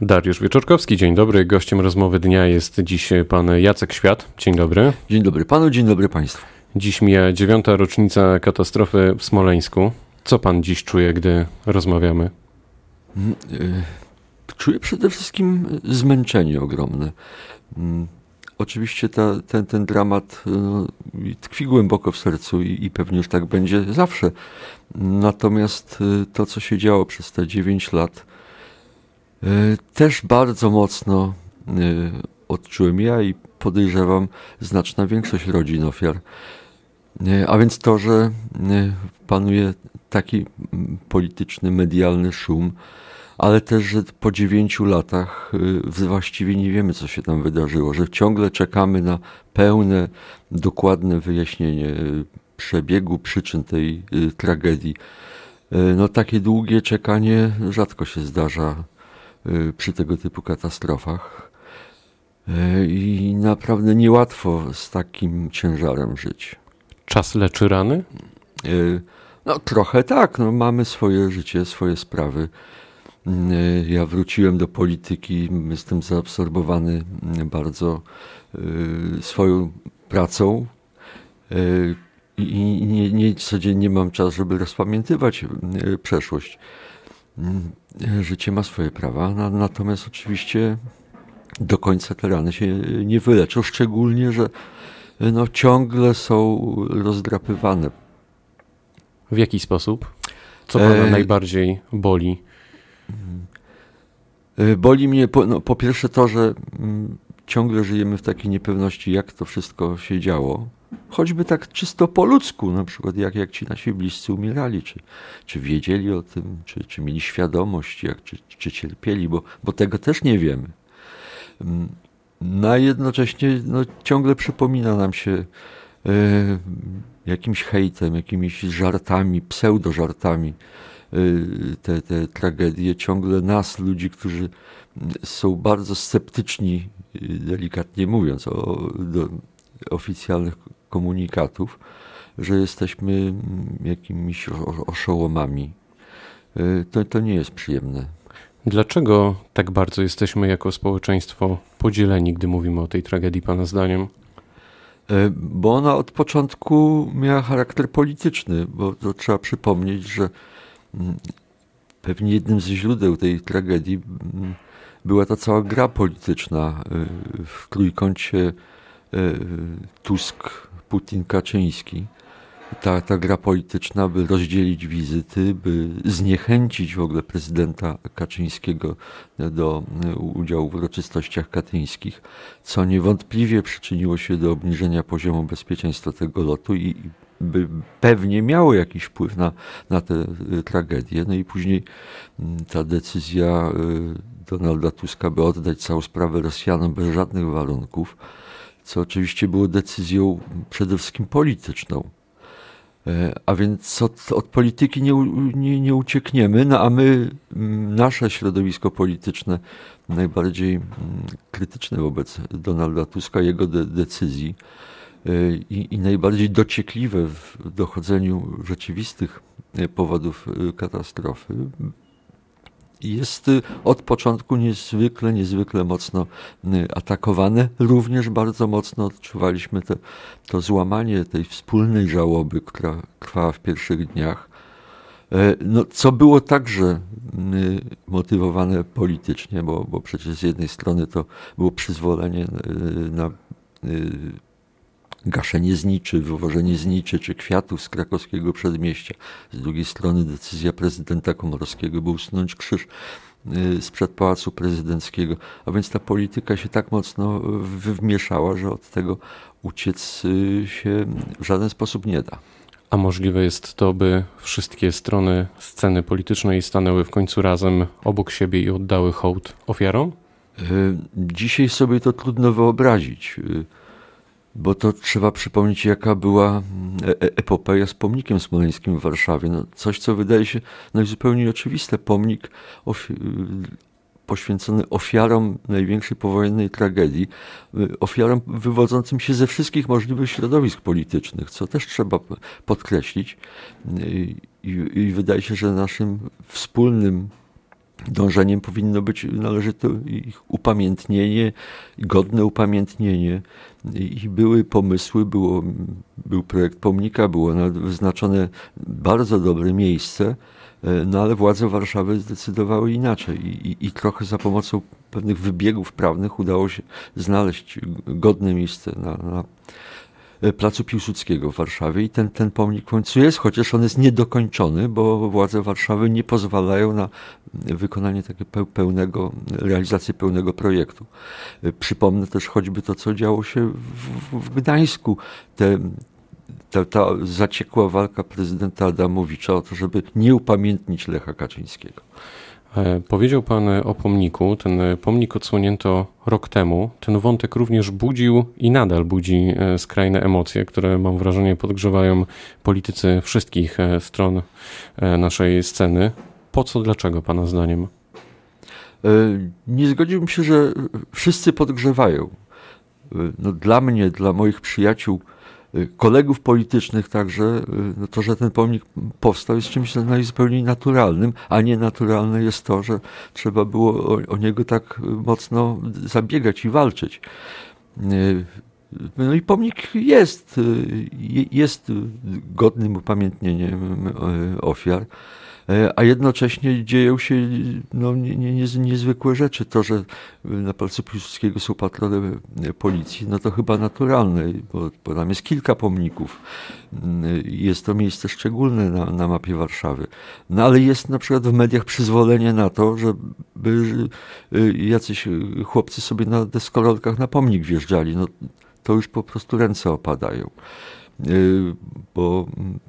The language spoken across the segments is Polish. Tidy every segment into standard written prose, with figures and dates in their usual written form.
Dariusz Wieczorkowski, dzień dobry. Gościem rozmowy dnia jest dziś pan Jacek Świat. Dzień dobry. Dzień dobry panu, dzień dobry państwu. Dziś mija 9. rocznica katastrofy w Smoleńsku. Co pan dziś czuje, gdy rozmawiamy? Czuję przede wszystkim zmęczenie ogromne. Oczywiście ten dramat tkwi głęboko w sercu i pewnie już tak będzie zawsze. Natomiast to, co się działo przez te 9 lat, też bardzo mocno odczułem ja i podejrzewam znaczna większość rodzin ofiar. A więc to, że panuje taki polityczny, medialny szum, ale też, że po 9 latach właściwie nie wiemy, co się tam wydarzyło, że ciągle czekamy na pełne, dokładne wyjaśnienie przebiegu, przyczyn tej tragedii. No takie długie czekanie rzadko się zdarza przy tego typu katastrofach i naprawdę niełatwo z takim ciężarem żyć. Czas leczy rany? No trochę tak, no, mamy swoje życie, swoje sprawy. Ja wróciłem do polityki, jestem zaabsorbowany bardzo swoją pracą i nie codziennie mam czas, żeby rozpamiętywać przeszłość. Życie ma swoje prawa, natomiast oczywiście do końca te rany się nie wyleczą, szczególnie, że no, ciągle są rozdrapywane. W jaki sposób? Co pana najbardziej boli? Boli mnie po pierwsze to, że ciągle żyjemy w takiej niepewności, jak to wszystko się działo. Choćby tak czysto po ludzku, na przykład jak ci nasi bliscy umierali, czy wiedzieli o tym, czy mieli świadomość, czy cierpieli, bo tego też nie wiemy. A jednocześnie ciągle przypomina nam się jakimś hejtem, jakimiś żartami, pseudożartami te tragedie. Ciągle nas, ludzi, którzy są bardzo sceptyczni, delikatnie mówiąc, do oficjalnych komunikatów, że jesteśmy jakimiś oszołomami. To nie jest przyjemne. Dlaczego tak bardzo jesteśmy jako społeczeństwo podzieleni, gdy mówimy o tej tragedii, pana zdaniem? Bo ona od początku miała charakter polityczny, bo to trzeba przypomnieć, że pewnie jednym ze źródeł tej tragedii była ta cała gra polityczna w trójkącie Tusk, Putin, Kaczyński. Ta gra polityczna, by rozdzielić wizyty, by zniechęcić w ogóle prezydenta Kaczyńskiego do udziału w uroczystościach katyńskich, co niewątpliwie przyczyniło się do obniżenia poziomu bezpieczeństwa tego lotu i by pewnie miało jakiś wpływ na tę tragedię. No i później ta decyzja Donalda Tuska, by oddać całą sprawę Rosjanom bez żadnych warunków, co oczywiście było decyzją przede wszystkim polityczną. A więc od polityki nie uciekniemy, a my, nasze środowisko polityczne, najbardziej krytyczne wobec Donalda Tuska, jego decyzji i najbardziej dociekliwe w dochodzeniu rzeczywistych powodów katastrofy, jest od początku niezwykle mocno atakowane. Również bardzo mocno odczuwaliśmy to złamanie tej wspólnej żałoby, która trwała w pierwszych dniach, co było także motywowane politycznie, bo przecież z jednej strony to było przyzwolenie na gaszenie zniczy, wywożenie zniczy czy kwiatów z krakowskiego przedmieścia. Z drugiej strony decyzja prezydenta Komorowskiego, by usunąć krzyż sprzed Pałacu Prezydenckiego. A więc ta polityka się tak mocno wmieszała, że od tego uciec się w żaden sposób nie da. A możliwe jest to, by wszystkie strony sceny politycznej stanęły w końcu razem obok siebie i oddały hołd ofiarom? Dzisiaj sobie to trudno wyobrazić. Bo to trzeba przypomnieć, jaka była epopeja z pomnikiem smoleńskim w Warszawie. Coś, co wydaje się zupełnie oczywiste. Pomnik poświęcony ofiarom największej powojennej tragedii, ofiarom wywodzącym się ze wszystkich możliwych środowisk politycznych, co też trzeba podkreślić. I wydaje się, że naszym wspólnym dążeniem powinno być należyte ich upamiętnienie, godne upamiętnienie. I były pomysły, był projekt pomnika, było wyznaczone bardzo dobre miejsce, no ale władze Warszawy zdecydowały inaczej i trochę za pomocą pewnych wybiegów prawnych udało się znaleźć godne miejsce na Placu Piłsudskiego w Warszawie i ten pomnik w końcu jest, chociaż on jest niedokończony, bo władze Warszawy nie pozwalają na wykonanie takiego realizację pełnego projektu. Przypomnę też choćby to, co działo się w Gdańsku. Ta zaciekła walka prezydenta Adamowicza o to, żeby nie upamiętnić Lecha Kaczyńskiego. Powiedział pan o pomniku. Ten pomnik odsłonięto rok temu. Ten wątek również budził i nadal budzi skrajne emocje, które mam wrażenie podgrzewają politycy wszystkich stron naszej sceny. Po co, dlaczego pana zdaniem? Nie zgodziłbym się, że wszyscy podgrzewają. No, dla mnie, dla moich przyjaciół, kolegów politycznych także, no to, że ten pomnik powstał, jest czymś najzupełniej naturalnym, a nie naturalne jest to, że trzeba było o niego tak mocno zabiegać i walczyć. No i pomnik jest godnym upamiętnieniem ofiar, a jednocześnie dzieją się niezwykłe rzeczy. To, że na Placu Piłsudskiego są patrole policji, no to chyba naturalne, bo tam jest kilka pomników. Jest to miejsce szczególne na mapie Warszawy. No ale jest na przykład w mediach przyzwolenie na to, żeby jacyś chłopcy sobie na deskorolkach na pomnik wjeżdżali. No to już po prostu ręce opadają. Bo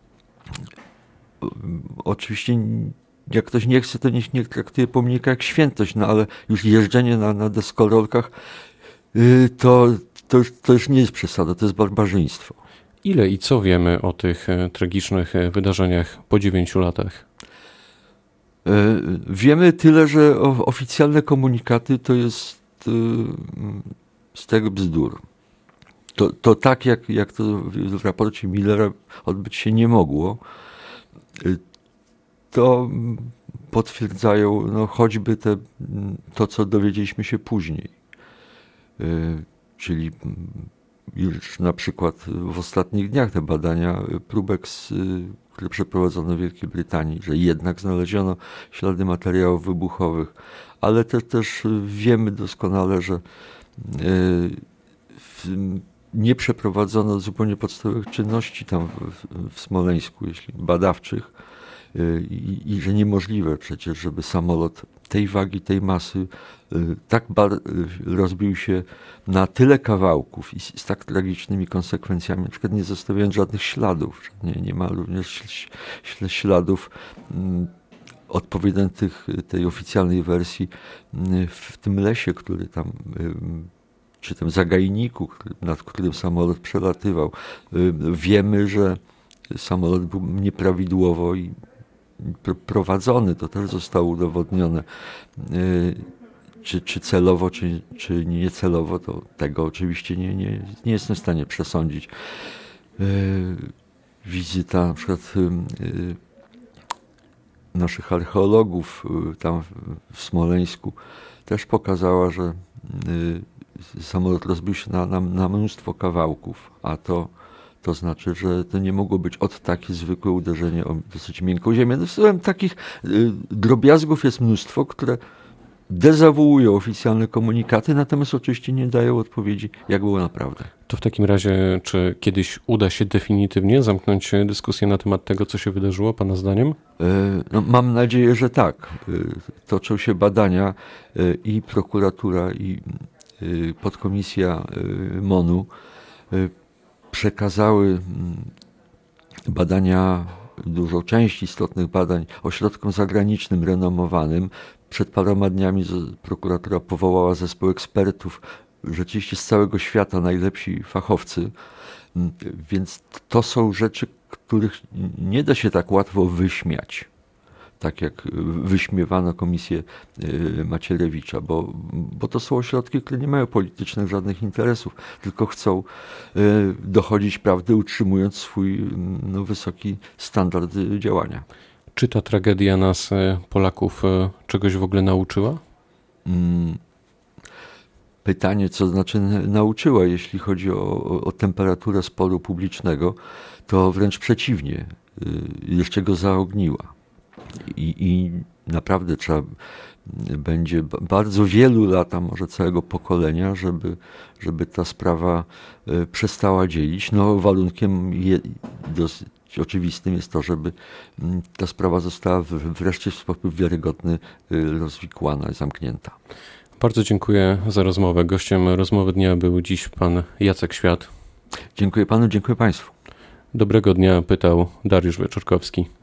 oczywiście jak ktoś nie chce, to niech traktuje pomnika jak świętość, no ale już jeżdżenie na deskorolkach to już nie jest przesada, to jest barbarzyństwo. Ile i co wiemy o tych tragicznych wydarzeniach po 9 latach? Wiemy tyle, że oficjalne komunikaty to jest z tego bzdur. To tak, jak to w raporcie Millera odbyć się nie mogło, to potwierdzają choćby to, co dowiedzieliśmy się później. Czyli już na przykład w ostatnich dniach te badania próbek, które przeprowadzono w Wielkiej Brytanii, że jednak znaleziono ślady materiałów wybuchowych, ale też wiemy doskonale, że nie przeprowadzono zupełnie podstawowych czynności tam w Smoleńsku, jeśli badawczych, i że niemożliwe przecież, żeby samolot tej wagi, tej masy tak rozbił się na tyle kawałków i z tak tragicznymi konsekwencjami, na przykład nie zostawiając żadnych śladów. Nie ma również śladów odpowiednich tej oficjalnej wersji w tym lesie, który tam, czy tym zagajniku, nad którym samolot przelatywał. Wiemy, że samolot był nieprawidłowo i prowadzony, to też zostało udowodnione. Czy celowo, czy niecelowo, to tego oczywiście nie jestem w stanie przesądzić. Wizyta na przykład naszych archeologów tam w Smoleńsku też pokazała, że samolot rozbił się na mnóstwo kawałków, a to znaczy, że to nie mogło być takie zwykłe uderzenie o dosyć miękką ziemię. No, takich drobiazgów jest mnóstwo, które dezawuują oficjalne komunikaty, natomiast oczywiście nie dają odpowiedzi, jak było naprawdę. To w takim razie, czy kiedyś uda się definitywnie zamknąć dyskusję na temat tego, co się wydarzyło, pana zdaniem? No, mam nadzieję, że tak. Toczą się badania i prokuratura, i podkomisja MON-u przekazały badania, dużą część istotnych badań ośrodkom zagranicznym renomowanym. Przed paroma dniami prokuratura powołała zespół ekspertów, rzeczywiście z całego świata, najlepsi fachowcy, więc to są rzeczy, których nie da się tak łatwo wyśmiać, tak jak wyśmiewano komisję Macierewicza, bo to są ośrodki, które nie mają politycznych żadnych interesów, tylko chcą dochodzić prawdy, utrzymując swój wysoki standard działania. Czy ta tragedia nas, Polaków, czegoś w ogóle nauczyła? Pytanie, co znaczy nauczyła, jeśli chodzi o temperaturę sporu publicznego, to wręcz przeciwnie, jeszcze go zaogniła. I naprawdę trzeba będzie bardzo wielu lat, a może całego pokolenia, żeby ta sprawa przestała dzielić. No, warunkiem dosyć oczywistym jest to, żeby ta sprawa została wreszcie w sposób wiarygodny rozwikłana i zamknięta. Bardzo dziękuję za rozmowę. Gościem rozmowy dnia był dziś pan Jacek Świat. Dziękuję panu, dziękuję państwu. Dobrego dnia, pytał Dariusz Wieczorkowski.